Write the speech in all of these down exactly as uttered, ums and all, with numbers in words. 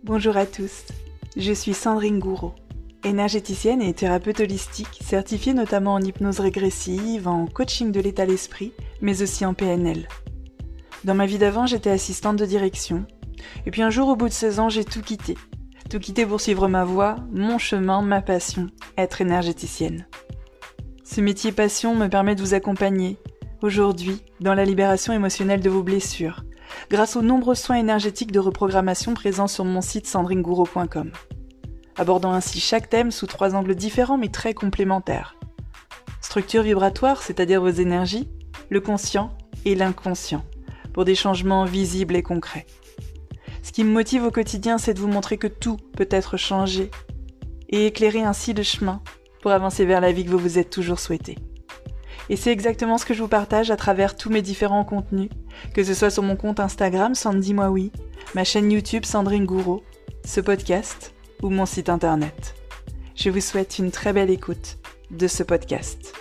Bonjour à tous, je suis Sandrine Gouraud, énergéticienne et thérapeute holistique, certifiée notamment en hypnose régressive, en coaching de l'état d'esprit, mais aussi en P N L. Dans ma vie d'avant, j'étais assistante de direction, et puis un jour au bout de seize ans, j'ai tout quitté. Tout quitté pour suivre ma voie, mon chemin, ma passion, être énergéticienne. Ce métier passion me permet de vous accompagner, aujourd'hui, dans la libération émotionnelle de vos blessures, grâce aux nombreux soins énergétiques de reprogrammation présents sur mon site sandrine gouraud point com, abordant ainsi chaque thème sous trois angles différents mais très complémentaires. Structure vibratoire, c'est-à-dire vos énergies, le conscient et l'inconscient, pour des changements visibles et concrets. Ce qui me motive au quotidien, c'est de vous montrer que tout peut être changé et éclairer ainsi le chemin pour avancer vers la vie que vous vous êtes toujours souhaité. Et c'est exactement ce que je vous partage à travers tous mes différents contenus, que ce soit sur mon compte Instagram Sandy Moi Oui, ma chaîne YouTube Sandrine Gouraud, ce podcast ou mon site internet. Je vous souhaite une très belle écoute de ce podcast.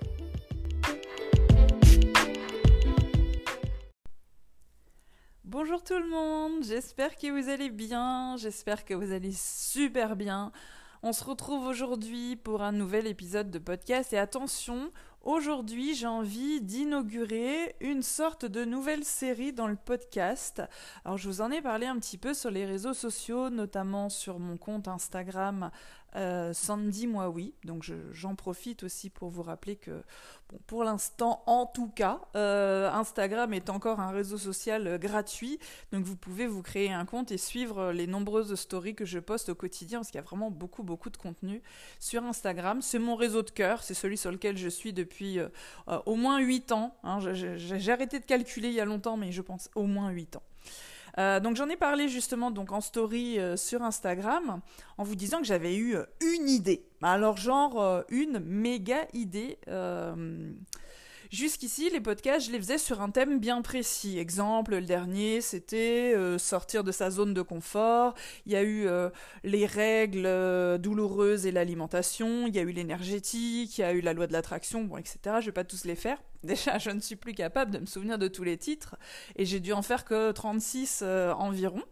Bonjour tout le monde, j'espère que vous allez bien, j'espère que vous allez super bien. On se retrouve aujourd'hui pour un nouvel épisode de podcast et attention, aujourd'hui j'ai envie d'inaugurer une sorte de nouvelle série dans le podcast. Alors je vous en ai parlé un petit peu sur les réseaux sociaux, notamment sur mon compte Instagram euh, Sandy Moi Oui. Donc je, j'en profite aussi pour vous rappeler que bon, pour l'instant en tout cas, euh, Instagram est encore un réseau social euh, gratuit. Donc vous pouvez vous créer un compte et suivre les nombreuses stories que je poste au quotidien parce qu'il y a vraiment beaucoup beaucoup de contenu sur Instagram. C'est mon réseau de cœur, c'est celui sur lequel je suis depuis euh, euh, au moins huit ans. Hein. J'ai, j'ai arrêté de calculer il y a longtemps, mais je pense au moins huit ans. Euh, donc j'en ai parlé justement donc en story euh, sur Instagram en vous disant que j'avais eu euh, une idée. Alors genre euh, une méga idée. Euh, Jusqu'ici, les podcasts, je les faisais sur un thème bien précis. Exemple, le dernier, c'était euh, sortir de sa zone de confort. Il y a eu euh, les règles euh, douloureuses et l'alimentation. Il y a eu l'énergétique. Il y a eu la loi de l'attraction, bon, et cetera. Je vais pas tous les faire. Déjà, je ne suis plus capable de me souvenir de tous les titres. Et j'ai dû en faire que trente-six euh, environ.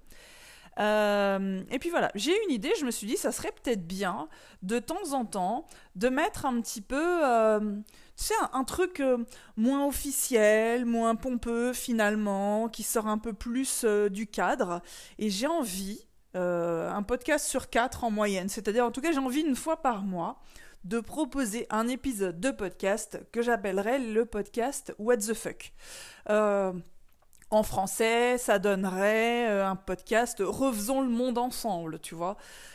Euh, et puis voilà, j'ai une idée, je me suis dit ça serait peut-être bien de temps en temps de mettre un petit peu, euh, tu sais, un, un truc euh, moins officiel, moins pompeux finalement, qui sort un peu plus euh, du cadre. Et j'ai envie, euh, un podcast sur quatre en moyenne, c'est-à-dire en tout cas j'ai envie une fois par mois de proposer un épisode de podcast que j'appellerais le podcast What the fuck. Euh... En français, ça donnerait euh, un podcast « Refaisons le monde ensemble », tu vois.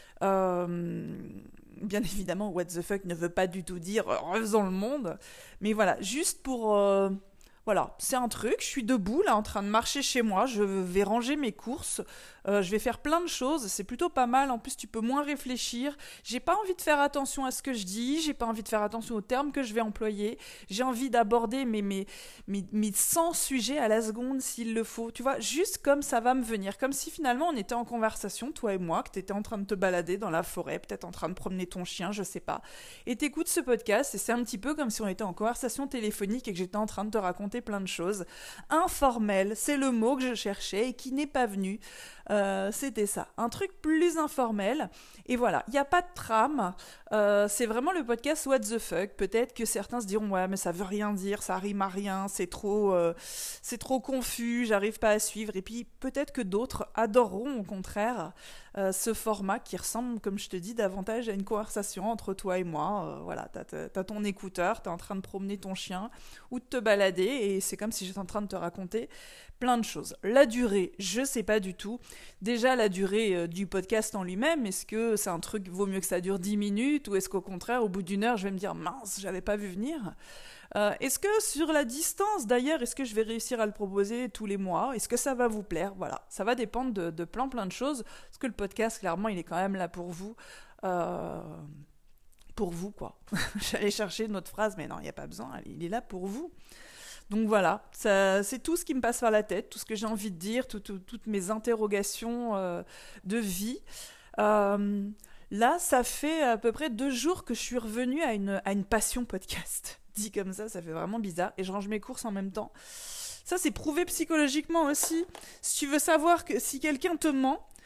Euh, bien évidemment, « What the fuck » ne veut pas du tout dire euh, « Refaisons le monde », mais voilà, juste pour... Euh, voilà, c'est un truc, je suis debout là en train de marcher chez moi, je vais ranger mes courses, euh, je vais faire plein de choses, c'est plutôt pas mal, en plus tu peux moins réfléchir, j'ai pas envie de faire attention à ce que je dis, j'ai pas envie de faire attention aux termes que je vais employer, j'ai envie d'aborder mes, mes, mes, mes cent sujets à la seconde s'il le faut, tu vois, juste comme ça va me venir, comme si finalement on était en conversation, toi et moi, que t'étais en train de te balader dans la forêt, peut-être en train de promener ton chien, je sais pas, et t'écoutes ce podcast et c'est un petit peu comme si on était en conversation téléphonique et que j'étais en train de te raconter plein de choses. Informel, c'est le mot que je cherchais et qui n'est pas venu. Euh, c'était ça. Un truc plus informel. Et voilà, il n'y a pas de trame. Euh, c'est vraiment le podcast What the fuck. Peut-être que certains se diront ouais, mais ça veut rien dire, ça rime à rien, c'est trop, euh, c'est trop confus, j'arrive pas à suivre. Et puis peut-être que d'autres adoreront au contraire euh, ce format qui ressemble, comme je te dis, davantage à une conversation entre toi et moi. Euh, voilà, t'as, t'as ton écouteur, t'es en train de promener ton chien ou de te balader et c'est comme si j'étais en train de te raconter plein de choses. La durée, je sais pas du tout. Déjà, la durée euh, du podcast en lui-même, est-ce que c'est un truc, vaut mieux que ça dure dix minutes ou est-ce qu'au contraire, au bout d'une heure, je vais me dire mince, j'avais pas vu venir euh, Est-ce que sur la distance, d'ailleurs, est-ce que je vais réussir à le proposer tous les mois? Est-ce que ça va vous plaire? Voilà, ça va dépendre de, de plein plein de choses. Parce que le podcast, clairement, il est quand même là pour vous. Euh... Pour vous, quoi. J'allais chercher une autre phrase, mais non, il n'y a pas besoin, il est là pour vous. Donc voilà, ça, c'est tout ce qui me passe par la tête, tout ce que j'ai envie de dire, tout, tout, toutes mes interrogations euh, de vie. Euh, là, ça fait à peu près deux jours que je suis revenue à une, à une passion podcast. Dit comme ça, ça fait vraiment bizarre. Et je range mes courses en même temps. Ça, c'est prouvé psychologiquement aussi. Si tu veux savoir que si quelqu'un te ment,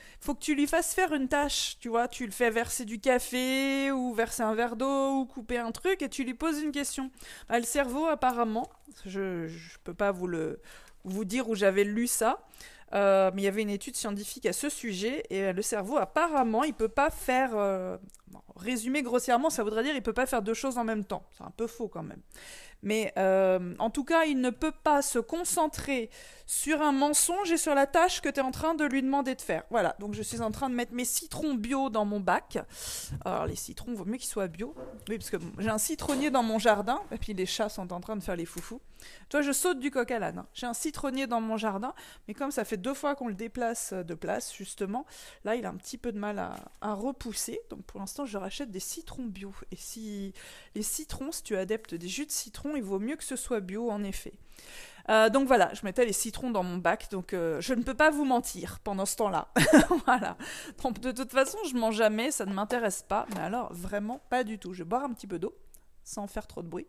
faut que tu lui fasses faire une tâche, tu vois, tu le fais verser du café ou verser un verre d'eau ou couper un truc et tu lui poses une question. Bah, le cerveau apparemment, je je peux pas vous le vous dire où j'avais lu ça, euh, mais il y avait une étude scientifique à ce sujet et le cerveau apparemment il peut pas faire, euh, bon, résumé grossièrement, ça voudrait dire il peut pas faire deux choses en même temps. C'est un peu faux quand même. Mais euh, en tout cas, il ne peut pas se concentrer sur un mensonge et sur la tâche que tu es en train de lui demander de faire. Voilà, donc je suis en train de mettre mes citrons bio dans mon bac. Alors les citrons, vaut mieux qu'ils soient bio. Oui, parce que bon, j'ai un citronnier dans mon jardin, et puis les chats sont en train de faire les foufous. Toi, je saute du coq à l'âne. Hein. J'ai un citronnier dans mon jardin, mais comme ça fait deux fois qu'on le déplace de place, justement, là, il a un petit peu de mal à, à repousser. Donc pour l'instant, je rachète des citrons bio. Et si les citrons, si tu es adepte des jus de citron, il vaut mieux que ce soit bio, en effet. Euh, donc voilà, je mettais les citrons dans mon bac, donc euh, je ne peux pas vous mentir pendant ce temps-là. Voilà. Donc de toute façon, je mange jamais, ça ne m'intéresse pas, mais alors vraiment pas du tout. Je vais boire un petit peu d'eau, sans faire trop de bruit.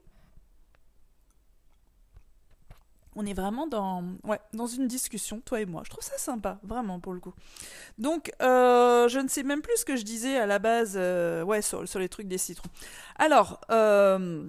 On est vraiment dans, ouais, dans une discussion, toi et moi. Je trouve ça sympa, vraiment, pour le coup. Donc, euh, je ne sais même plus ce que je disais à la base, euh, ouais, sur, sur les trucs des citrons. Alors, euh,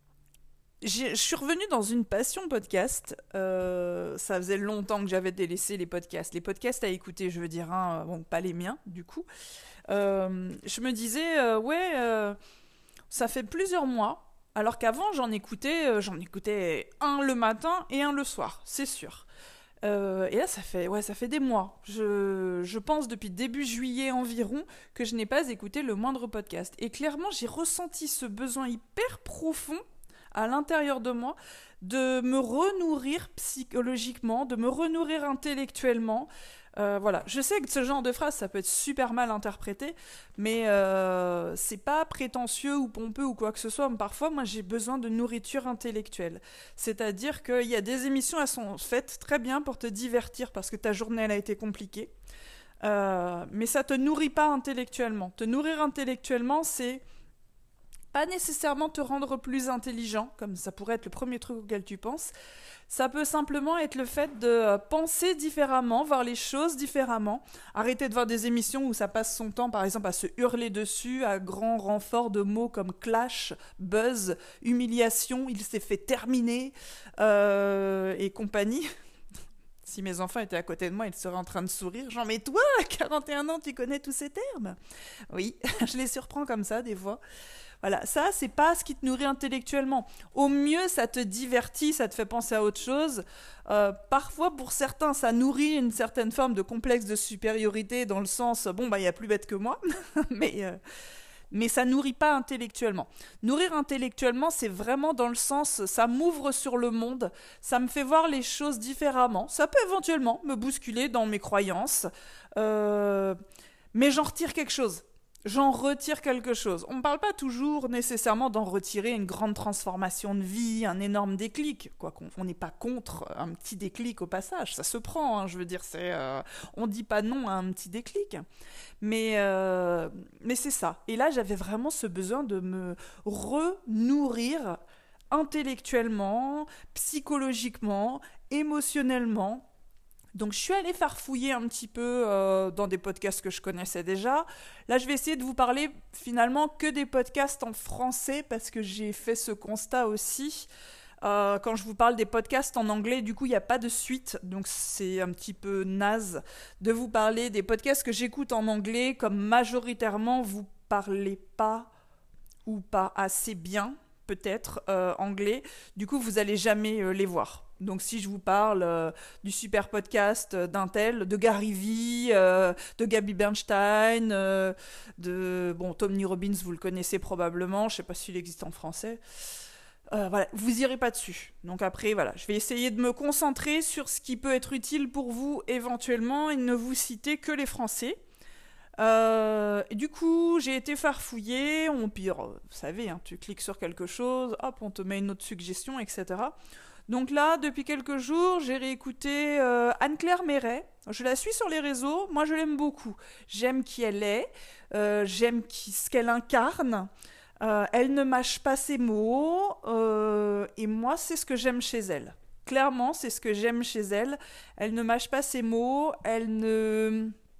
j'ai- je suis revenue dans une passion podcast. Euh, ça faisait longtemps que j'avais délaissé les podcasts. Les podcasts à écouter, je veux dire, hein, bon, pas les miens, du coup. Euh, je me disais, euh, ouais, euh, ça fait plusieurs mois. Alors qu'avant, j'en écoutais, euh, j'en écoutais un le matin et un le soir, c'est sûr. Euh, et là, ça fait, ouais, ça fait des mois. Je, je pense depuis début juillet environ que je n'ai pas écouté le moindre podcast. Et clairement, j'ai ressenti ce besoin hyper profond à l'intérieur de moi de me renourrir psychologiquement, de me renourrir intellectuellement. Euh, voilà, je sais que ce genre de phrase ça peut être super mal interprété, mais euh, c'est pas prétentieux ou pompeux ou quoi que ce soit. Mais parfois, moi j'ai besoin de nourriture intellectuelle. C'est-à-dire qu'il y a des émissions, elles sont faites très bien pour te divertir parce que ta journée elle a été compliquée, Euh, mais ça te nourrit pas intellectuellement. Te nourrir intellectuellement, c'est pas nécessairement te rendre plus intelligent, comme ça pourrait être le premier truc auquel tu penses. Ça peut simplement être le fait de euh, penser différemment, voir les choses différemment, arrêter de voir des émissions où ça passe son temps, par exemple, à se hurler dessus, à grand renfort de mots comme clash, buzz, humiliation, il s'est fait terminer, euh, et compagnie. Si mes enfants étaient à côté de moi, ils seraient en train de sourire. Genre, mais toi, à quarante et un ans, tu connais tous ces termes? Oui, je les surprends comme ça, des fois. Voilà, ça, c'est pas ce qui te nourrit intellectuellement. Au mieux, ça te divertit, ça te fait penser à autre chose. Euh, parfois, pour certains, ça nourrit une certaine forme de complexe de supériorité dans le sens, bon, bah, il y a plus bête que moi, mais, euh, mais ça nourrit pas intellectuellement. Nourrir intellectuellement, c'est vraiment dans le sens, ça m'ouvre sur le monde, ça me fait voir les choses différemment. Ça peut éventuellement me bousculer dans mes croyances, euh, mais j'en retire quelque chose. J'en retire quelque chose. On ne parle pas toujours nécessairement d'en retirer une grande transformation de vie, un énorme déclic. Quoi qu'on on n'est pas contre un petit déclic au passage, ça se prend. Hein, je veux dire, c'est, euh, on dit pas non à un petit déclic. Mais, euh, mais c'est ça. Et là, j'avais vraiment ce besoin de me renourrir intellectuellement, psychologiquement, émotionnellement. Donc je suis allée farfouiller un petit peu euh, dans des podcasts que je connaissais déjà. Là, je vais essayer de vous parler finalement que des podcasts en français parce que j'ai fait ce constat aussi. Euh, quand je vous parle des podcasts en anglais, du coup, il n'y a pas de suite, donc c'est un petit peu naze de vous parler des podcasts que j'écoute en anglais, comme majoritairement vous parlez pas ou pas assez bien, peut-être, euh, anglais. Du coup, vous allez jamais euh, les voir. Donc si je vous parle euh, du super podcast euh, d'un tel, de Gary Vee, euh, de Gabby Bernstein, euh, de bon Tony Robbins, vous le connaissez probablement, je sais pas s'il existe en français. Euh, voilà, vous irez pas dessus. Donc après, voilà, je vais essayer de me concentrer sur ce qui peut être utile pour vous éventuellement et ne vous citer que les Français. Euh, et du coup, j'ai été farfouillée. On pire, vous savez, hein, tu cliques sur quelque chose, hop, on te met une autre suggestion, et cetera. Donc là, depuis quelques jours, j'ai réécouté euh, Anne-Claire Méret. Je la suis sur les réseaux, moi je l'aime beaucoup. J'aime qui elle est, euh, j'aime qui, ce qu'elle incarne. Euh, elle ne mâche pas ses mots, euh, et moi c'est ce que j'aime chez elle. Clairement, c'est ce que j'aime chez elle. Elle ne mâche pas ses mots, elle ne...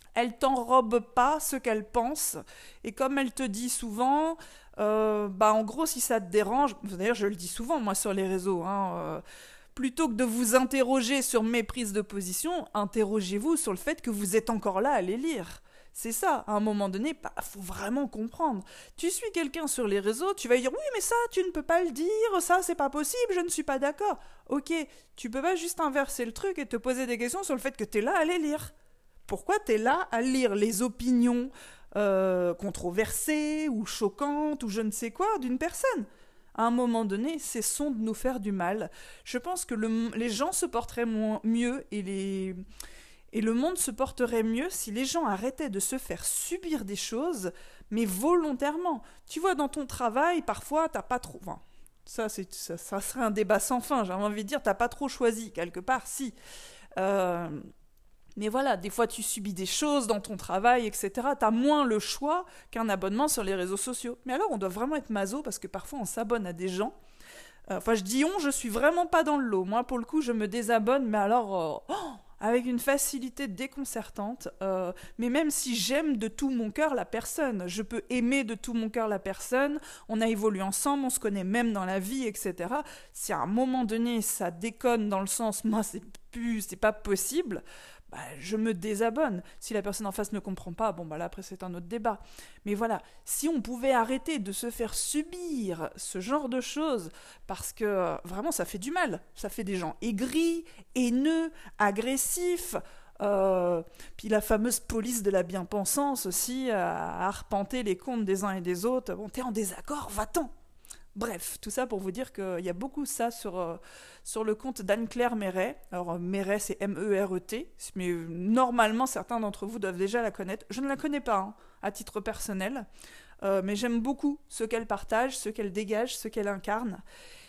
elle t'enrobe pas ce qu'elle pense. Et comme elle te dit souvent, euh, bah en gros, si ça te dérange, d'ailleurs je le dis souvent moi sur les réseaux, hein, euh, plutôt que de vous interroger sur mes prises de position, interrogez-vous sur le fait que vous êtes encore là à les lire. C'est ça, à un moment donné, bah, faut vraiment comprendre. Tu suis quelqu'un sur les réseaux, tu vas lui dire oui mais ça tu ne peux pas le dire, ça c'est pas possible, je ne suis pas d'accord. Ok, tu peux pas juste inverser le truc et te poser des questions sur le fait que tu es là à les lire. Pourquoi tu es là à lire les opinions euh, controversées ou choquantes ou je ne sais quoi d'une personne? À un moment donné, cessons de nous faire du mal. Je pense que le, les gens se porteraient moins, mieux et, les, et le monde se porterait mieux si les gens arrêtaient de se faire subir des choses, mais volontairement. Tu vois, dans ton travail, parfois, t'as pas trop... Enfin, ça, c'est, ça, ça serait un débat sans fin, j'ai envie de dire, t'as pas trop choisi, quelque part, si. Euh, Mais voilà, des fois tu subis des choses dans ton travail, et cetera. T'as moins le choix qu'un abonnement sur les réseaux sociaux. Mais alors on doit vraiment être maso parce que parfois on s'abonne à des gens. Euh, Enfin je dis on, je suis vraiment pas dans le lot. Moi pour le coup je me désabonne, mais alors euh, oh, avec une facilité déconcertante. Euh, mais même si j'aime de tout mon cœur la personne, je peux aimer de tout mon cœur la personne. On a évolué ensemble, on se connaît même dans la vie, et cetera. Si à un moment donné ça déconne dans le sens moi c'est plus, c'est pas possible. Bah, je me désabonne. Si la personne en face ne comprend pas, bon bah là après c'est un autre débat. Mais voilà, si on pouvait arrêter de se faire subir ce genre de choses, parce que euh, vraiment ça fait du mal. Ça fait des gens aigris, haineux, agressifs. Euh, puis la fameuse police de la bien-pensance aussi, à arpenter les comptes des uns et des autres. Bon, t'es en désaccord, va-t'en. Bref, tout ça pour vous dire qu'il y a beaucoup ça sur, euh, sur le compte d'Anne-Claire Méret. Alors, euh, Méret, c'est M E R E T, mais euh, normalement, certains d'entre vous doivent déjà la connaître. Je ne la connais pas, hein, à titre personnel, euh, mais j'aime beaucoup ce qu'elle partage, ce qu'elle dégage, ce qu'elle incarne.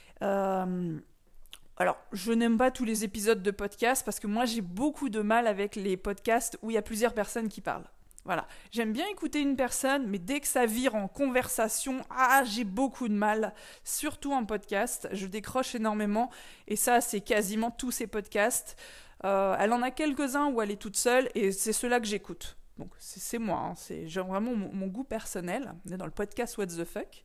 Euh, alors, je n'aime pas tous les épisodes de podcast parce que moi, j'ai beaucoup de mal avec les podcasts où il y a plusieurs personnes qui parlent. Voilà, j'aime bien écouter une personne, mais dès que ça vire en conversation, ah, j'ai beaucoup de mal, surtout en podcast, je décroche énormément, et ça, c'est quasiment tous ces podcasts. Euh, elle en a quelques-uns où elle est toute seule, et c'est ceux-là que j'écoute. Donc, c'est, c'est moi, hein, c'est genre vraiment mon, mon goût personnel, on est dans le podcast What the Fuck.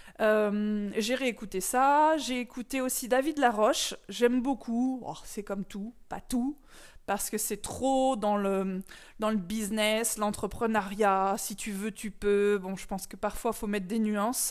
Euh, j'ai réécouté ça, j'ai écouté aussi David Laroche, j'aime beaucoup, oh, c'est comme tout, pas tout, parce que c'est trop dans le, dans le business, l'entrepreneuriat, si tu veux, tu peux. Bon, je pense que parfois, il faut mettre des nuances.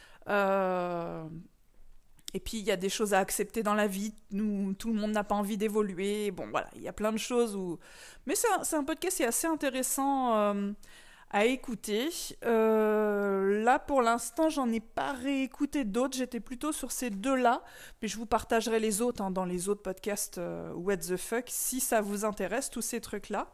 Euh, Et puis, il y a des choses à accepter dans la vie. Nous, tout le monde n'a pas envie d'évoluer. Bon, voilà, il y a plein de choses où... Mais c'est un, c'est un podcast qui est assez intéressant euh, à écouter. Euh, là, pour l'instant, j'en ai pas réécouté d'autres. J'étais plutôt sur ces deux-là. Mais je vous partagerai les autres hein, dans les autres podcasts euh, What the Fuck, si ça vous intéresse, tous ces trucs-là.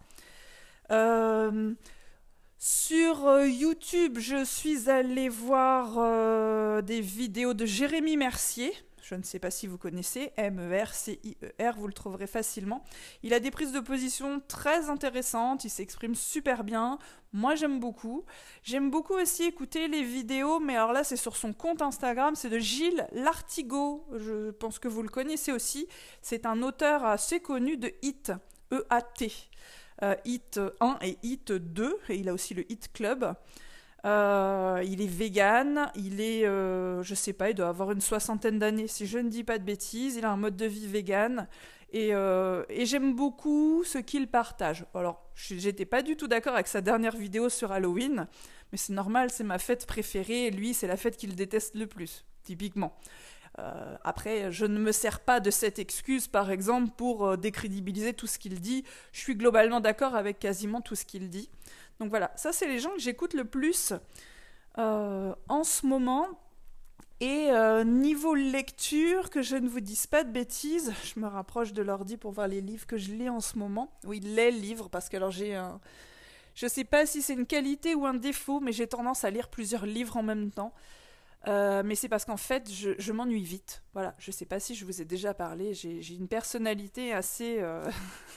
Euh, sur euh, YouTube, je suis allée voir euh, des vidéos de Jérémy Mercier. Je ne sais pas si vous connaissez, M E R C I E R, vous le trouverez facilement. Il a des prises de position très intéressantes, il s'exprime super bien. Moi, j'aime beaucoup. J'aime beaucoup aussi écouter les vidéos, mais alors là, c'est sur son compte Instagram, c'est de Gilles Lartigot. Je pense que vous le connaissez aussi. C'est un auteur assez connu de Hit, E A T. Euh, Hit un et Hit deux, et il a aussi le Hit Club. Euh, il est vegan, il est, euh, je sais pas, il doit avoir une soixantaine d'années, si je ne dis pas de bêtises. Il a un mode de vie vegan, et, euh, et j'aime beaucoup ce qu'il partage. Alors, j'étais pas du tout d'accord avec sa dernière vidéo sur Halloween, mais c'est normal, c'est ma fête préférée, et lui, c'est la fête qu'il déteste le plus, typiquement. Euh, après, je ne me sers pas de cette excuse, par exemple, pour euh, décrédibiliser tout ce qu'il dit. Je suis globalement d'accord avec quasiment tout ce qu'il dit. Donc voilà, ça c'est les gens que j'écoute le plus euh, en ce moment. Et euh, niveau lecture, que je ne vous dise pas de bêtises, je me rapproche de l'ordi pour voir les livres que je lis en ce moment. Oui, les livres, parce que alors j'ai un... Je sais pas si c'est une qualité ou un défaut, mais j'ai tendance à lire plusieurs livres en même temps. Euh, mais c'est parce qu'en fait, je, je m'ennuie vite. Voilà, je sais pas si je vous ai déjà parlé, j'ai, j'ai une personnalité assez... Euh...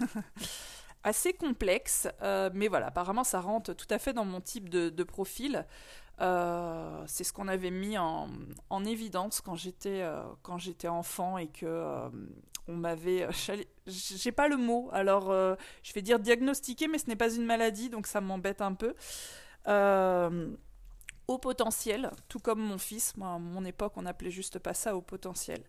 assez complexe, euh, mais voilà, apparemment ça rentre tout à fait dans mon type de, de profil. Euh, c'est ce qu'on avait mis en, en évidence quand j'étais, euh, quand j'étais enfant et que euh, On m'avait... J'ai pas le mot, alors euh, je vais dire diagnostiqué, mais ce n'est pas une maladie, donc ça m'embête un peu. Euh, Haut potentiel, tout comme mon fils. Moi, à mon époque, on n'appelait juste pas ça haut potentiel.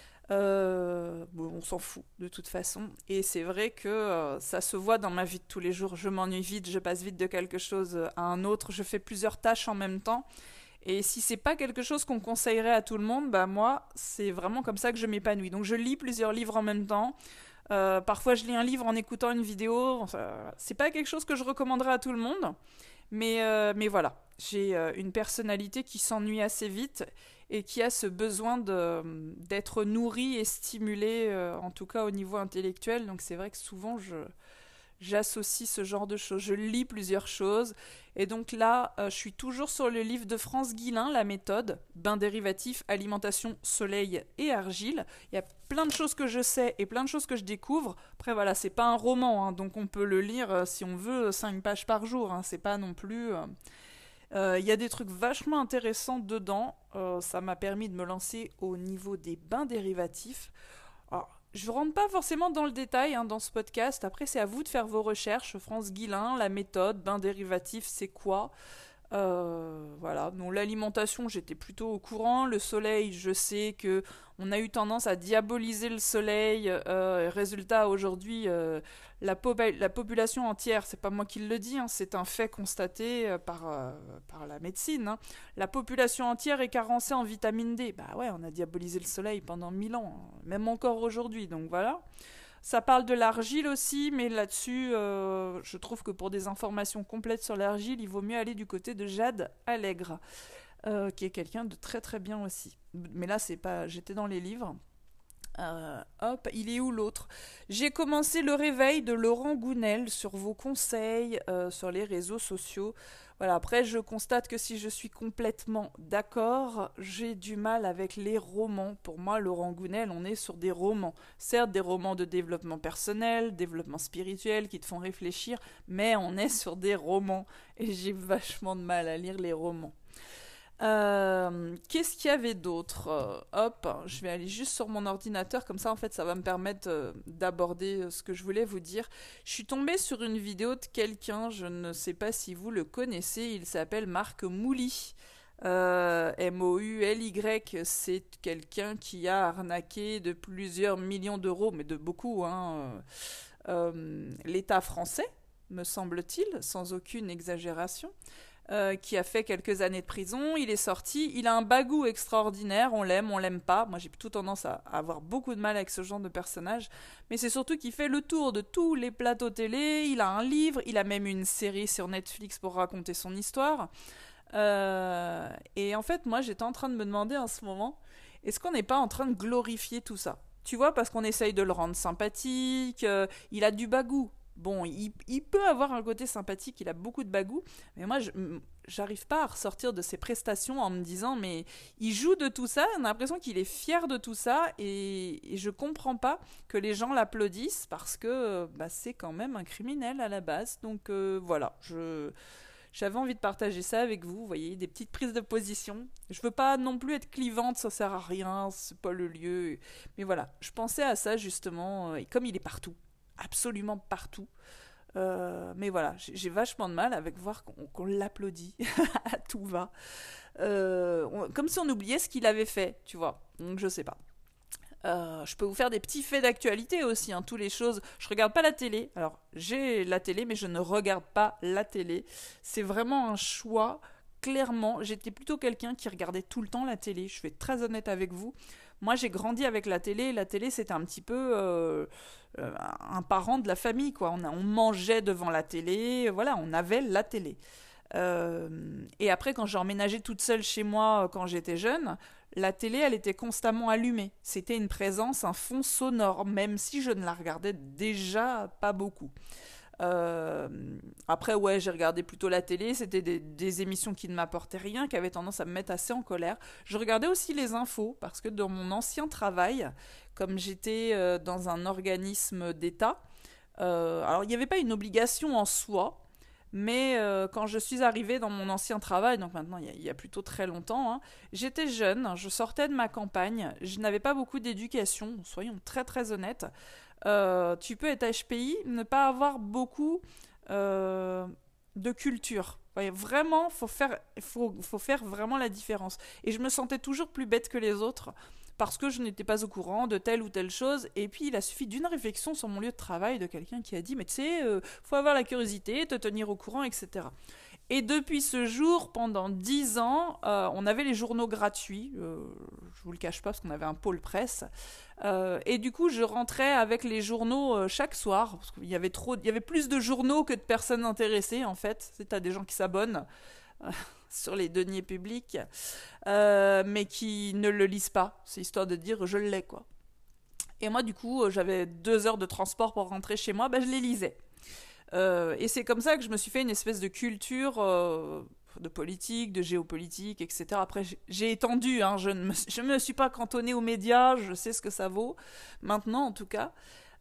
Euh, bon, on s'en fout de toute façon. Et c'est vrai que euh, ça se voit dans ma vie de tous les jours. Je m'ennuie vite, je passe vite de quelque chose à un autre, je fais plusieurs tâches en même temps. Et si c'est pas quelque chose qu'on conseillerait à tout le monde, bah moi, c'est vraiment comme ça que je m'épanouis. Donc je lis plusieurs livres en même temps. Euh, parfois, je lis un livre en écoutant une vidéo. Enfin, c'est pas quelque chose que je recommanderais à tout le monde. Mais, euh, mais voilà, j'ai euh, une personnalité qui s'ennuie assez vite et qui a ce besoin de, d'être nourrie et stimulée, euh, en tout cas au niveau intellectuel. Donc c'est vrai que souvent, je, j'associe ce genre de choses. Je lis plusieurs choses. Et donc là, euh, je suis toujours sur le livre de France Guillain, La méthode, bain dérivatif, alimentation, soleil et argile. Il y a plein de choses que je sais et plein de choses que je découvre. Après voilà, c'est pas un roman, hein, donc on peut le lire euh, si on veut cinq pages par jour. Hein, c'est pas non plus... euh, euh, Il y a des trucs vachement intéressants dedans. Euh, ça m'a permis de me lancer au niveau des bains dérivatifs. Alors, je ne rentre pas forcément dans le détail hein, dans ce podcast. Après, c'est à vous de faire vos recherches. France Guillain, la méthode, bain dérivatif, c'est quoi? Euh, voilà. Donc l'alimentation, j'étais plutôt au courant. Le soleil, je sais que on a eu tendance à diaboliser le soleil. Euh, résultat, aujourd'hui, euh, la, po- la population entière, c'est pas moi qui le dis, hein, c'est un fait constaté euh, par, euh, par la médecine. Hein. La population entière est carencée en vitamine D. Bah ouais, on a diabolisé le soleil pendant mille ans, hein, même encore aujourd'hui. Donc voilà. Ça parle de l'argile aussi, mais là-dessus, euh, je trouve que pour des informations complètes sur l'argile, il vaut mieux aller du côté de Jade Allègre, euh, qui est quelqu'un de très très bien aussi. Mais là, c'est pas, j'étais dans les livres. Euh, hop, il est où l'autre? J'ai commencé le réveil de Laurent Gounel sur vos conseils euh, sur les réseaux sociaux. Voilà, après je constate que si je suis complètement d'accord, j'ai du mal avec les romans. Pour moi, Laurent Gounel, on est sur des romans. Certes, des romans de développement personnel, développement spirituel qui te font réfléchir, mais on est sur des romans. Et j'ai vachement de mal à lire les romans. Euh, qu'est-ce qu'il y avait d'autre? Euh, Hop, je vais aller juste sur mon ordinateur, comme ça en fait ça va me permettre euh, d'aborder euh, ce que je voulais vous dire. Je suis tombée sur une vidéo de quelqu'un, je ne sais pas si vous le connaissez, il s'appelle Marc Mouly. Euh, M O U L Y, c'est quelqu'un qui a arnaqué de plusieurs millions d'euros, mais de beaucoup, hein, euh, euh, l'État français, me semble-t-il, sans aucune exagération. Euh, qui a fait quelques années de prison, il est sorti, il a un bagou extraordinaire, on l'aime, on l'aime pas, moi j'ai plutôt tendance à, à avoir beaucoup de mal avec ce genre de personnage, mais c'est surtout qu'il fait le tour de tous les plateaux télé, il a un livre, il a même une série sur Netflix pour raconter son histoire, euh, et en fait moi j'étais en train de me demander en ce moment, est-ce qu'on n'est pas en train de glorifier tout ça? Tu vois, parce qu'on essaye de le rendre sympathique, euh, il a du bagou. Bon, il, il peut avoir un côté sympathique, il a beaucoup de bagou, mais moi, je, j'arrive pas à ressortir de ses prestations en me disant, mais il joue de tout ça, on a l'impression qu'il est fier de tout ça, et, et je comprends pas que les gens l'applaudissent, parce que bah, c'est quand même un criminel à la base. Donc euh, voilà, je... J'avais envie de partager ça avec vous, vous voyez, des petites prises de position. Je veux pas non plus être clivante, ça sert à rien, c'est pas le lieu. Mais voilà, je pensais à ça justement, et comme il est partout, absolument partout. Euh, mais voilà, j'ai, j'ai vachement de mal avec voir qu'on, qu'on l'applaudit à tout va. Euh, on- comme si on oubliait ce qu'il avait fait, tu vois. Donc je sais pas. Euh, je peux vous faire des petits faits d'actualité aussi, hein, toutes les choses. Je regarde pas la télé. Alors, j'ai la télé, mais je ne regarde pas la télé. C'est vraiment un choix. Clairement, j'étais plutôt quelqu'un qui regardait tout le temps la télé. Je vais être très honnête avec vous. Moi, j'ai grandi avec la télé. La télé, c'était un petit peu euh, euh, un parent de la famille, quoi. On, a- on mangeait devant la télé. Voilà, on avait la télé. Euh, et après, quand j'ai emménagé toute seule chez moi euh, quand j'étais jeune, la télé, elle était constamment allumée. C'était une présence, un fond sonore, même si je ne la regardais déjà pas beaucoup. Euh, Après, ouais, j'ai regardé plutôt la télé. C'était des, des émissions qui ne m'apportaient rien, qui avaient tendance à me mettre assez en colère. Je regardais aussi les infos, parce que dans mon ancien travail, comme j'étais euh, dans un organisme d'État, euh, alors il n'y avait pas une obligation en soi, Mais euh, quand je suis arrivée dans mon ancien travail, donc maintenant il y a, il y a plutôt très longtemps, hein, j'étais jeune, je sortais de ma campagne, je n'avais pas beaucoup d'éducation, soyons très très honnêtes. Euh, tu peux être H P I, ne pas avoir beaucoup euh, de culture. Ouais, vraiment, faut faire, faut, faut faire vraiment la différence. Et je me sentais toujours plus bête que les autres parce que je n'étais pas au courant de telle ou telle chose. Et puis, il a suffi d'une réflexion sur mon lieu de travail de quelqu'un qui a dit, mais tu sais, euh, faut avoir la curiosité, te tenir au courant, et cetera. Et depuis ce jour, pendant dix ans, euh, on avait les journaux gratuits. Euh, je vous le cache pas parce qu'on avait un pôle presse. Euh, et du coup, je rentrais avec les journaux euh, chaque soir parce qu'il y avait trop, il y avait plus de journaux que de personnes intéressées en fait. C'est à des gens qui s'abonnent euh, sur les deniers publics, euh, mais qui ne le lisent pas. C'est histoire de dire je l'ai quoi. Et moi, du coup, euh, j'avais deux heures de transport pour rentrer chez moi. Ben, je les lisais. Euh, et c'est comme ça que je me suis fait une espèce de culture euh, de politique, de géopolitique, et cetera. Après, j'ai étendu, hein, je ne me, je me suis pas cantonnée aux médias, je sais ce que ça vaut, maintenant en tout cas.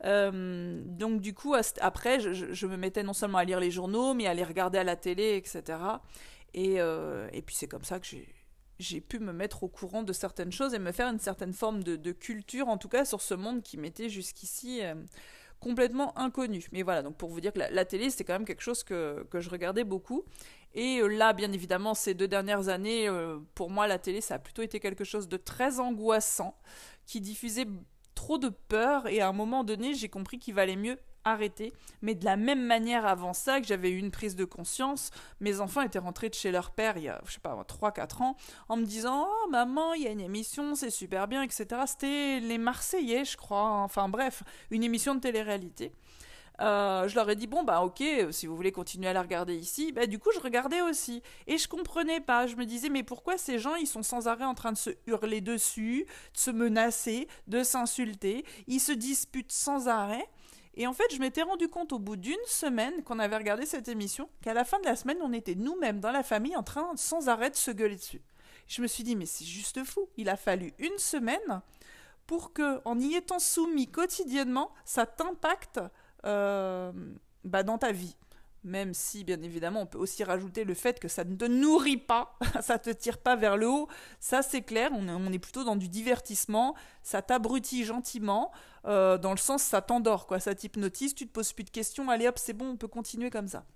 Euh, donc du coup, après, je, je me mettais non seulement à lire les journaux, mais à les regarder à la télé, et cetera. Et, euh, et puis c'est comme ça que j'ai, j'ai pu me mettre au courant de certaines choses et me faire une certaine forme de, de culture, en tout cas sur ce monde qui m'était jusqu'ici... Euh, complètement inconnu. Mais voilà, donc pour vous dire que la, la télé, c'était quand même quelque chose que, que je regardais beaucoup. Et euh, là, bien évidemment, ces deux dernières années, euh, pour moi, la télé, ça a plutôt été quelque chose de très angoissant, qui diffusait trop de peur. Et à un moment donné, j'ai compris qu'il valait mieux arrêter. Mais de la même manière avant ça, que j'avais eu une prise de conscience, mes enfants étaient rentrés de chez leur père il y a, je sais pas, trois quatre ans, en me disant « Oh maman, il y a une émission, c'est super bien, et cetera » C'était les Marseillais, je crois, enfin bref, une émission de télé-réalité. Euh, je leur ai dit bon bah ok, si vous voulez continuer à la regarder ici, bah du coup je regardais aussi et je comprenais pas, je me disais mais pourquoi ces gens ils sont sans arrêt en train de se hurler dessus, de se menacer, de s'insulter, ils se disputent sans arrêt. Et en fait, je m'étais rendu compte au bout d'une semaine qu'on avait regardé cette émission, qu'à la fin de la semaine, on était nous-mêmes dans la famille en train sans arrêt de se gueuler dessus. Je me suis dit, mais c'est juste fou. Il a fallu une semaine pour que, en y étant soumis quotidiennement, ça t'impacte euh, bah, dans ta vie. Même si, bien évidemment, on peut aussi rajouter le fait que ça ne te nourrit pas, ça ne te tire pas vers le haut, ça c'est clair, on est, on est plutôt dans du divertissement, ça t'abrutit gentiment, euh, dans le sens ça t'endort, quoi, ça t'hypnotise, tu te poses plus de questions, allez hop, c'est bon, on peut continuer comme ça.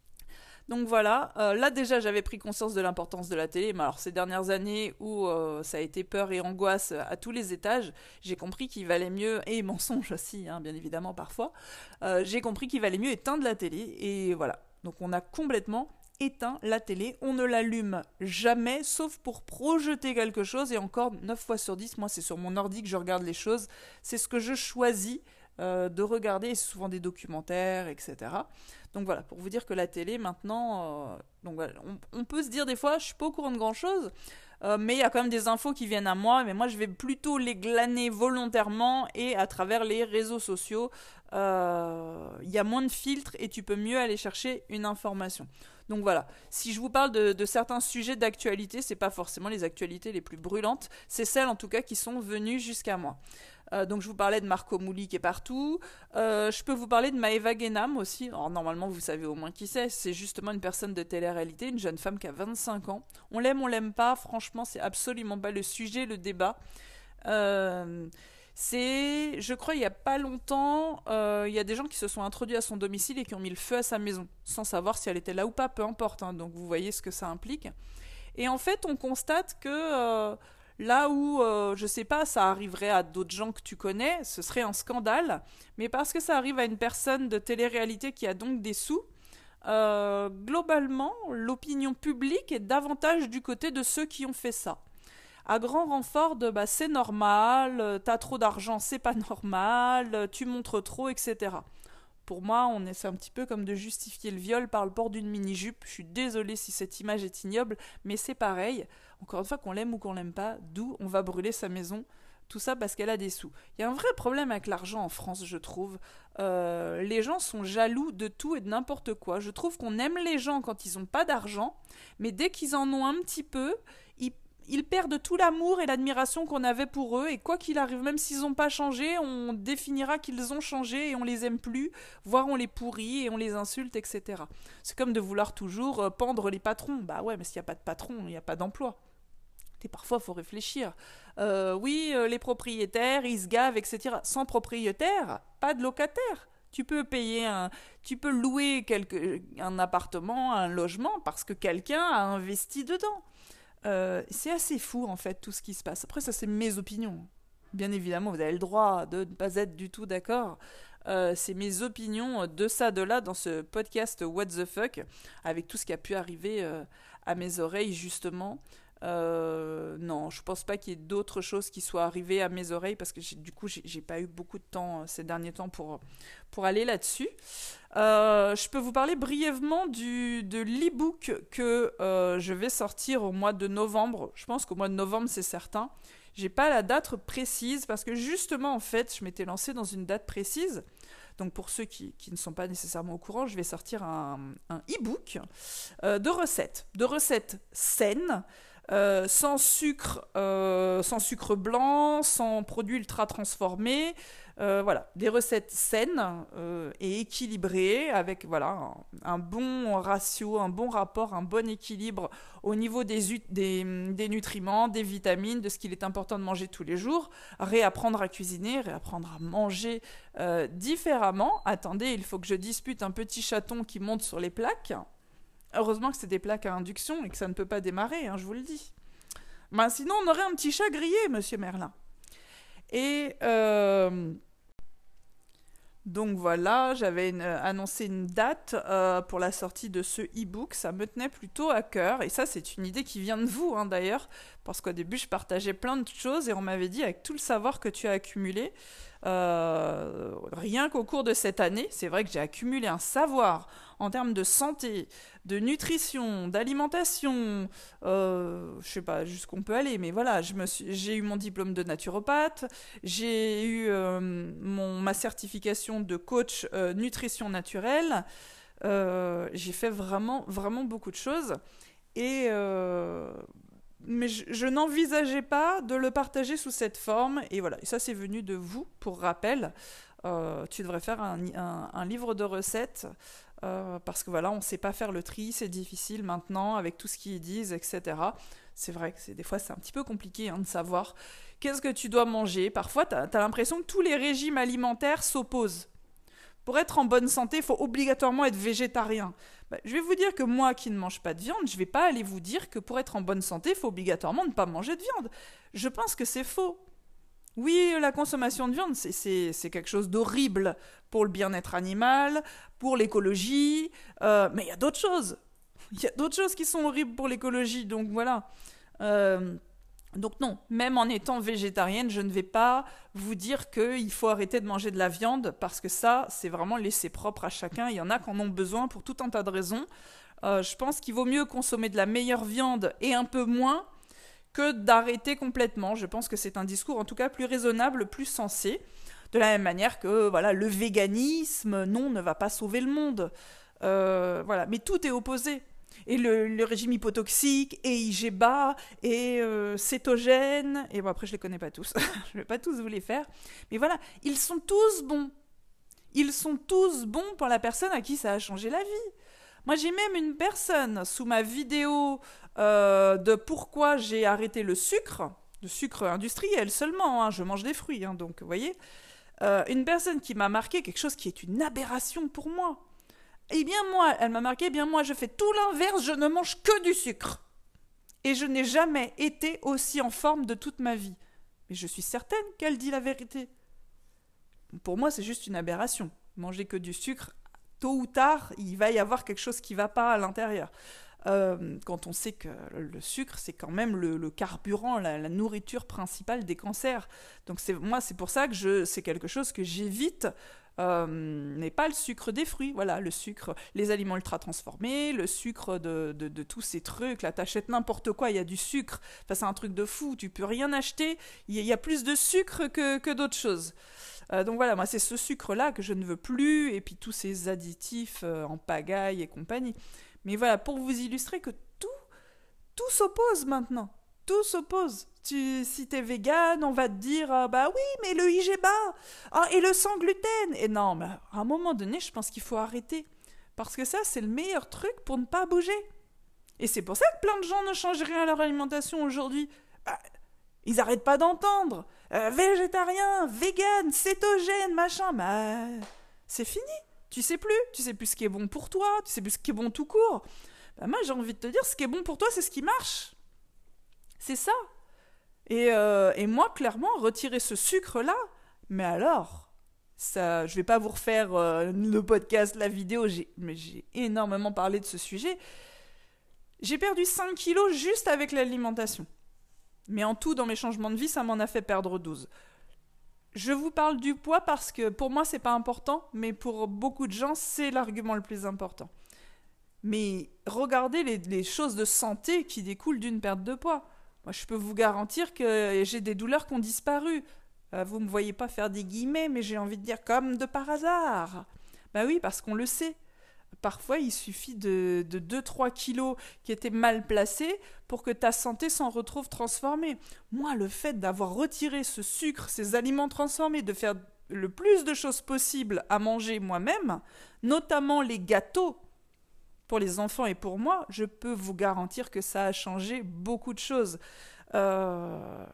Donc voilà, euh, là déjà j'avais pris conscience de l'importance de la télé, mais alors ces dernières années où euh, ça a été peur et angoisse à tous les étages, j'ai compris qu'il valait mieux, et mensonge aussi, hein, bien évidemment parfois, euh, j'ai compris qu'il valait mieux éteindre la télé, et voilà. Donc on a complètement éteint la télé, on ne l'allume jamais, sauf pour projeter quelque chose, et encore neuf fois sur dix, moi c'est sur mon ordi que je regarde les choses, c'est ce que je choisis euh, de regarder, et c'est souvent des documentaires, et cetera. Donc voilà, pour vous dire que la télé maintenant, euh, donc voilà, on, on peut se dire des fois, je suis pas au courant de grand chose, euh, mais il y a quand même des infos qui viennent à moi, mais moi je vais plutôt les glaner volontairement et à travers les réseaux sociaux. Il euh, y a moins de filtres et tu peux mieux aller chercher une information. Donc voilà, si je vous parle de, de certains sujets d'actualité, c'est pas forcément les actualités les plus brûlantes, c'est celles en tout cas qui sont venues jusqu'à moi. Euh, donc je vous parlais de Marco Mouli qui est partout. Euh, je peux vous parler de Maëva Guénam aussi. Alors, normalement vous savez au moins qui c'est. C'est justement une personne de télé-réalité, une jeune femme qui a vingt-cinq ans. On l'aime, on l'aime pas. Franchement, c'est absolument pas le sujet, le débat. Euh, c'est, je crois, il y a pas longtemps, euh, il y a des gens qui se sont introduits à son domicile et qui ont mis le feu à sa maison, sans savoir si elle était là ou pas. Peu importe. Hein, donc vous voyez ce que ça implique. Et en fait, on constate que euh, là où, euh, je sais pas, ça arriverait à d'autres gens que tu connais, ce serait un scandale, mais parce que ça arrive à une personne de télé-réalité qui a donc des sous, euh, globalement, l'opinion publique est davantage du côté de ceux qui ont fait ça. À grand renfort de bah, c'est normal, t'as trop d'argent, c'est pas normal, tu montres trop, et cetera. Pour moi, on essaie un petit peu comme de justifier le viol par le port d'une mini-jupe. Je suis désolée si cette image est ignoble, mais c'est pareil. Encore une fois, qu'on l'aime ou qu'on l'aime pas, d'où on va brûler sa maison. Tout ça parce qu'elle a des sous. Il y a un vrai problème avec l'argent en France, je trouve. Euh, les gens sont jaloux de tout et de n'importe quoi. Je trouve qu'on aime les gens quand ils n'ont pas d'argent, mais dès qu'ils en ont un petit peu, ils ils perdent tout l'amour et l'admiration qu'on avait pour eux, et quoi qu'il arrive, même s'ils n'ont pas changé, on définira qu'ils ont changé et on les aime plus, voire on les pourrit et on les insulte, et cetera. C'est comme de vouloir toujours euh, pendre les patrons. Bah ouais, mais s'il n'y a pas de patron, il n'y a pas d'emploi. Et parfois, il faut réfléchir. Euh, oui, euh, les propriétaires, ils se gavent, et cetera. Sans propriétaire, pas de locataire. Tu peux payer un, tu peux louer quelque, un appartement, un logement, parce que quelqu'un a investi dedans. Euh, c'est assez fou en fait tout ce qui se passe. Après ça c'est mes opinions. Bien évidemment vous avez le droit de ne pas être du tout d'accord. Euh, c'est mes opinions de ça, de là dans ce podcast What the fuck avec tout ce qui a pu arriver euh, à mes oreilles justement. Euh, non, je pense pas qu'il y ait d'autres choses qui soient arrivées à mes oreilles parce que j'ai, du coup j'ai, j'ai pas eu beaucoup de temps euh, ces derniers temps pour, pour aller là-dessus. Euh, je peux vous parler brièvement du, de l'e-book que euh, je vais sortir au mois de novembre. Je pense qu'au mois de novembre c'est certain. J'ai pas la date précise parce que justement en fait je m'étais lancée dans une date précise. Donc pour ceux qui, qui ne sont pas nécessairement au courant, je vais sortir un, un e-book euh, de recettes, de recettes saines. Euh, sans sucre, euh, sans sucre blanc, sans produits ultra transformés, euh, voilà, des recettes saines euh, et équilibrées avec voilà un, un bon ratio, un bon rapport, un bon équilibre au niveau des, des, des nutriments, des vitamines, de ce qu'il est important de manger tous les jours, réapprendre à cuisiner, réapprendre à manger euh, différemment. Attendez, il faut que je dispute un petit chaton qui monte sur les plaques. Heureusement que c'est des plaques à induction et que ça ne peut pas démarrer, hein, je vous le dis. Ben, sinon, on aurait un petit chat grillé, monsieur Merlin. Et euh, donc voilà, j'avais une, euh, annoncé une date euh, pour la sortie de ce e-book. Ça me tenait plutôt à cœur. Et ça, c'est une idée qui vient de vous, hein, d'ailleurs. Parce qu'au début, je partageais plein de choses et on m'avait dit, avec tout le savoir que tu as accumulé, euh, rien qu'au cours de cette année, c'est vrai que j'ai accumulé un savoir en termes de santé, de nutrition, d'alimentation, euh, je sais pas jusqu'où on peut aller, mais voilà, je me suis, j'ai eu mon diplôme de naturopathe, j'ai eu euh, mon, ma certification de coach euh, nutrition naturelle, euh, j'ai fait vraiment, vraiment beaucoup de choses, et euh, mais je, je n'envisageais pas de le partager sous cette forme, et voilà, et ça c'est venu de vous, pour rappel. Euh, tu devrais faire un, un, un livre de recettes euh, parce que voilà, on ne sait pas faire le tri, c'est difficile maintenant avec tout ce qu'ils disent, et cetera. C'est vrai que c'est, des fois c'est un petit peu compliqué hein, de savoir qu'est-ce que tu dois manger. Parfois, tu as l'impression que tous les régimes alimentaires s'opposent. Pour être en bonne santé, il faut obligatoirement être végétarien. Bah, je vais vous dire que moi qui ne mange pas de viande, je ne vais pas aller vous dire que pour être en bonne santé, il faut obligatoirement ne pas manger de viande. Je pense que c'est faux. Oui, la consommation de viande, c'est, c'est, c'est quelque chose d'horrible pour le bien-être animal, pour l'écologie, euh, mais il y a d'autres choses. Il y a d'autres choses qui sont horribles pour l'écologie, donc voilà. Euh, donc non, même en étant végétarienne, je ne vais pas vous dire qu'il faut arrêter de manger de la viande, parce que ça, c'est vraiment laissé propre à chacun. Il y en a qui en ont besoin pour tout un tas de raisons. Euh, je pense qu'il vaut mieux consommer de la meilleure viande et un peu moins, que d'arrêter complètement. Je pense que c'est un discours en tout cas plus raisonnable, plus sensé. De la même manière que voilà, le véganisme, non, ne va pas sauver le monde. Euh, voilà. Mais tout est opposé. Et le, le régime hypotoxique, et I G B A, et euh, cétogène, et bon après je les connais pas tous, je vais pas tous vous les faire. Mais voilà, ils sont tous bons. Ils sont tous bons pour la personne à qui ça a changé la vie. Moi j'ai même une personne sous ma vidéo Euh, de pourquoi j'ai arrêté le sucre, le sucre industriel seulement, hein, je mange des fruits, hein, donc vous voyez, euh, une personne qui m'a marqué quelque chose qui est une aberration pour moi. Eh bien moi, elle m'a marqué, eh bien moi je fais tout l'inverse, je ne mange que du sucre. Et je n'ai jamais été aussi en forme de toute ma vie. Mais je suis certaine qu'elle dit la vérité. Pour moi c'est juste une aberration. Manger que du sucre, tôt ou tard, il va y avoir quelque chose qui ne va pas à l'intérieur. Euh, quand on sait que le sucre, c'est quand même le, le carburant, la, la nourriture principale des cancers. Donc c'est, moi, c'est pour ça que je, c'est quelque chose que j'évite, euh, mais pas le sucre des fruits. Voilà, le sucre, les aliments ultra transformés, le sucre de, de, de tous ces trucs. Là, t'achètes n'importe quoi, il y a du sucre. Enfin, c'est un truc de fou, tu peux rien acheter. Il y, y a plus de sucre que, que d'autres choses. Euh, donc voilà, moi, c'est ce sucre-là que je ne veux plus, et puis tous ces additifs euh, en pagaille et compagnie. Mais voilà, pour vous illustrer que tout, tout s'oppose maintenant. Tout s'oppose. Tu, si t'es végane, on va te dire ah, bah oui, mais le I G B A ah, et le sans gluten. Et non, mais à un moment donné, je pense qu'il faut arrêter. Parce que ça, c'est le meilleur truc pour ne pas bouger. Et c'est pour ça que plein de gens ne changent rien à leur alimentation aujourd'hui. Bah, ils n'arrêtent pas d'entendre. Euh, végétarien, vegan, cétogène, machin. Bah, c'est fini. Tu sais plus. Tu sais plus ce qui est bon pour toi. Tu sais plus ce qui est bon tout court. Bah, moi, j'ai envie de te dire, ce qui est bon pour toi, c'est ce qui marche. C'est ça. Et, euh, et moi, clairement, retirer ce sucre-là, mais alors, ça, je vais pas vous refaire euh, le podcast, la vidéo, j'ai, mais j'ai énormément parlé de ce sujet. J'ai perdu cinq kilos juste avec l'alimentation. Mais en tout, dans mes changements de vie, ça m'en a fait perdre douze. Je vous parle du poids parce que pour moi, c'est pas important, mais pour beaucoup de gens, c'est l'argument le plus important. Mais regardez les, les choses de santé qui découlent d'une perte de poids. Moi, je peux vous garantir que j'ai des douleurs qui ont disparu. Euh, vous ne me voyez pas faire des guillemets, mais j'ai envie de dire comme de par hasard. Ben oui, parce qu'on le sait. Parfois, il suffit de, de deux à trois kilos qui étaient mal placés pour que ta santé s'en retrouve transformée. Moi, le fait d'avoir retiré ce sucre, ces aliments transformés, de faire le plus de choses possibles à manger moi-même, notamment les gâteaux, pour les enfants et pour moi, je peux vous garantir que ça a changé beaucoup de choses. Euh...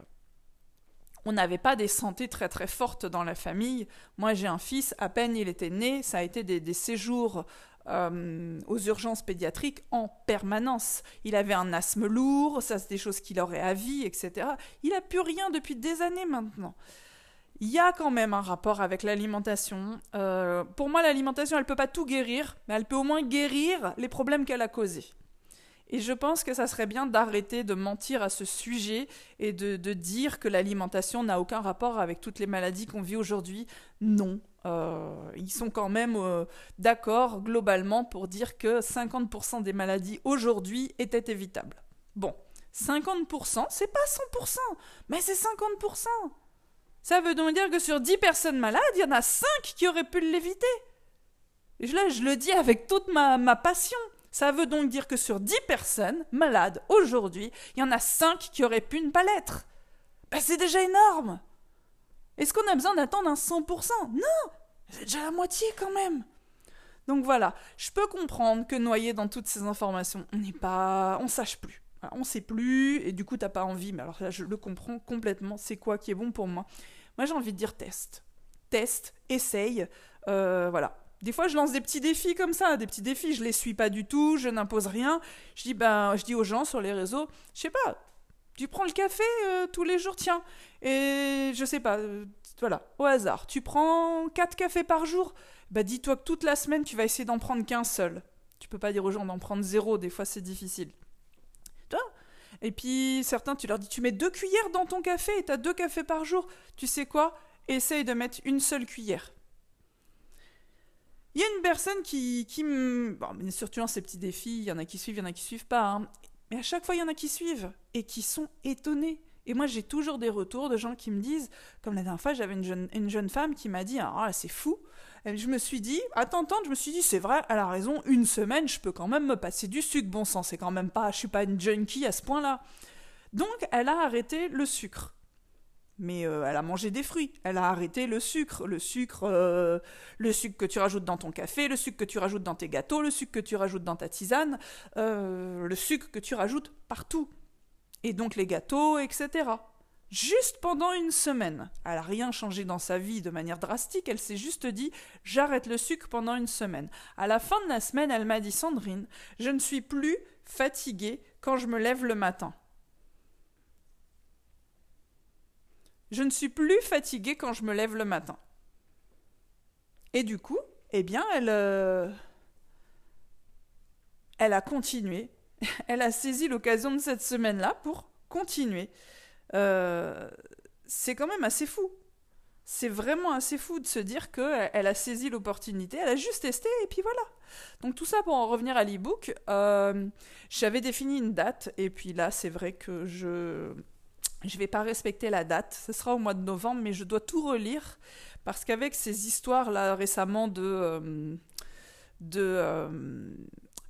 On n'avait pas des santé très très fortes dans la famille. Moi, j'ai un fils, à peine il était né, ça a été des, des séjours euh, aux urgences pédiatriques en permanence. Il avait un asthme lourd, ça c'est des choses qu'il aurait à vie, et cetera. Il n'a plus rien depuis des années maintenant. Il y a quand même un rapport avec l'alimentation. Euh, pour moi, l'alimentation, elle ne peut pas tout guérir, mais elle peut au moins guérir les problèmes qu'elle a causés. Et je pense que ça serait bien d'arrêter de mentir à ce sujet et de, de dire que l'alimentation n'a aucun rapport avec toutes les maladies qu'on vit aujourd'hui. Non. Euh, ils sont quand même euh, d'accord globalement pour dire que cinquante pour cent des maladies aujourd'hui étaient évitables. Bon, cinquante pour cent, c'est pas cent pour cent, mais c'est cinquante pour cent. Ça veut donc dire que sur dix personnes malades, il y en a cinq qui auraient pu l'éviter. Et là, je le dis avec toute ma, ma passion. Ça veut donc dire que sur dix personnes malades aujourd'hui, il y en a cinq qui auraient pu ne pas l'être. Ben, c'est déjà énorme. Est-ce qu'on a besoin d'attendre un cent pour cent ? Non, c'est déjà la moitié quand même. Donc voilà, je peux comprendre que noyé dans toutes ces informations, on n'est pas, on sache plus. On sait plus, et du coup t'as pas envie, mais alors là je le comprends complètement, c'est quoi qui est bon pour moi. Moi j'ai envie de dire teste. Teste, essaye, euh, voilà. Des fois je lance des petits défis comme ça, des petits défis, je les suis pas du tout, je n'impose rien. Je dis, ben, je dis aux gens sur les réseaux, je sais pas, tu prends le café euh, tous les jours, tiens, et je sais pas, euh, voilà, au hasard, tu prends quatre cafés par jour, bah dis-toi que toute la semaine tu vas essayer d'en prendre qu'un seul. Tu peux pas dire aux gens d'en prendre zéro, des fois c'est difficile. Et puis certains, tu leur dis, tu mets deux cuillères dans ton café et tu as deux cafés par jour. Tu sais quoi ? Essaye de mettre une seule cuillère. Il y a une personne qui, qui me... Bon, bien sûr, tu as ces petits défis, il y en a qui suivent, il y en a qui suivent pas. Hein. Mais à chaque fois, il y en a qui suivent et qui sont étonnés. Et moi, j'ai toujours des retours de gens qui me disent, comme la dernière fois, j'avais une jeune, une jeune femme qui m'a dit, ah, c'est fou. Et je me suis dit, à t'entendre, je me suis dit, c'est vrai, elle a raison, une semaine, je peux quand même me passer du sucre. Bon sang, c'est quand même pas, je suis pas une junkie à ce point-là. Donc, elle a arrêté le sucre. Mais euh, elle a mangé des fruits. Elle a arrêté le sucre. Le sucre, euh, le sucre que tu rajoutes dans ton café, le sucre que tu rajoutes dans tes gâteaux, le sucre que tu rajoutes dans ta tisane, euh, le sucre que tu rajoutes partout. Et donc les gâteaux, et cetera. Juste pendant une semaine. Elle n'a rien changé dans sa vie de manière drastique, elle s'est juste dit « j'arrête le sucre pendant une semaine ». À la fin de la semaine, elle m'a dit « Sandrine, je ne suis plus fatiguée quand je me lève le matin ». Je ne suis plus fatiguée quand je me lève le matin. Et du coup, eh bien, elle, euh, elle a continué. Elle a saisi l'occasion de cette semaine-là pour continuer. Euh, c'est quand même assez fou. C'est vraiment assez fou de se dire qu'elle a saisi l'opportunité, elle a juste testé et puis voilà. Donc tout ça pour en revenir à l'e-book, euh, j'avais défini une date et puis là c'est vrai que je je vais pas respecter la date, ce sera au mois de novembre mais je dois tout relire parce qu'avec ces histoires là récemment de... Euh, de euh,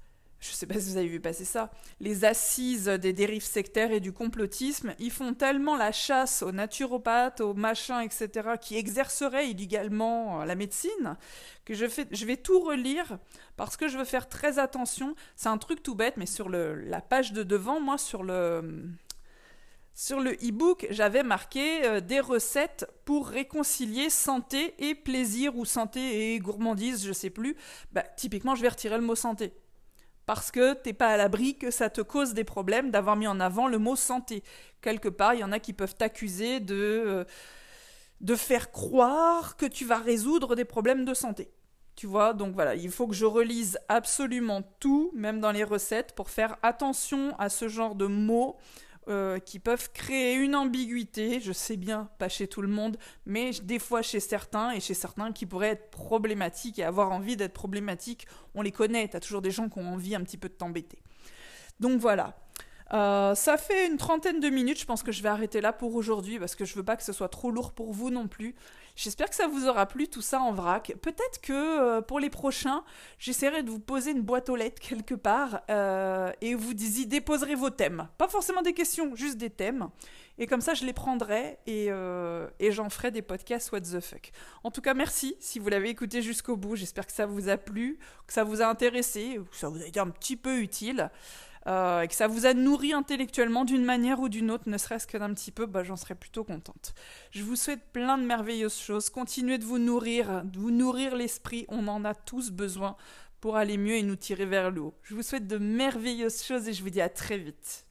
je sais pas si vous avez vu passer ça, les assises des dérives sectaires et du complotisme, ils font tellement la chasse aux naturopathes, aux machins, et cetera, qui exerceraient illégalement la médecine, que je, fais, je vais tout relire parce que je veux faire très attention. C'est un truc tout bête, mais sur le, la page de devant, moi, sur le... Sur le e-book, j'avais marqué euh, des recettes pour réconcilier santé et plaisir, ou santé et gourmandise, je sais plus. Bah, typiquement, je vais retirer le mot santé. Parce que t'es pas à l'abri que ça te cause des problèmes d'avoir mis en avant le mot santé. Quelque part, il y en a qui peuvent t'accuser de, euh, de faire croire que tu vas résoudre des problèmes de santé. Tu vois, donc voilà, il faut que je relise absolument tout, même dans les recettes, pour faire attention à ce genre de mots Euh, qui peuvent créer une ambiguïté, je sais bien, pas chez tout le monde, mais des fois chez certains, et chez certains qui pourraient être problématiques et avoir envie d'être problématiques. On les connaît, t'as toujours des gens qui ont envie un petit peu de t'embêter. Donc voilà. Euh, ça fait une trentaine de minutes, je pense que je vais arrêter là pour aujourd'hui, parce que je veux pas que ce soit trop lourd pour vous non plus. J'espère que ça vous aura plu, tout ça en vrac. Peut-être que euh, pour les prochains, j'essaierai de vous poser une boîte aux lettres quelque part euh, et vous y déposerez vos thèmes. Pas forcément des questions, juste des thèmes. Et comme ça, je les prendrai et, euh, et j'en ferai des podcasts what the fuck. En tout cas, merci si vous l'avez écouté jusqu'au bout. J'espère que ça vous a plu, que ça vous a intéressé, que ça vous a été un petit peu utile. Euh, et que ça vous a nourri intellectuellement d'une manière ou d'une autre, ne serait-ce que d'un petit peu, bah, j'en serais plutôt contente. Je vous souhaite plein de merveilleuses choses. Continuez de vous nourrir, de vous nourrir l'esprit. On en a tous besoin pour aller mieux et nous tirer vers le haut. Je vous souhaite de merveilleuses choses et je vous dis à très vite.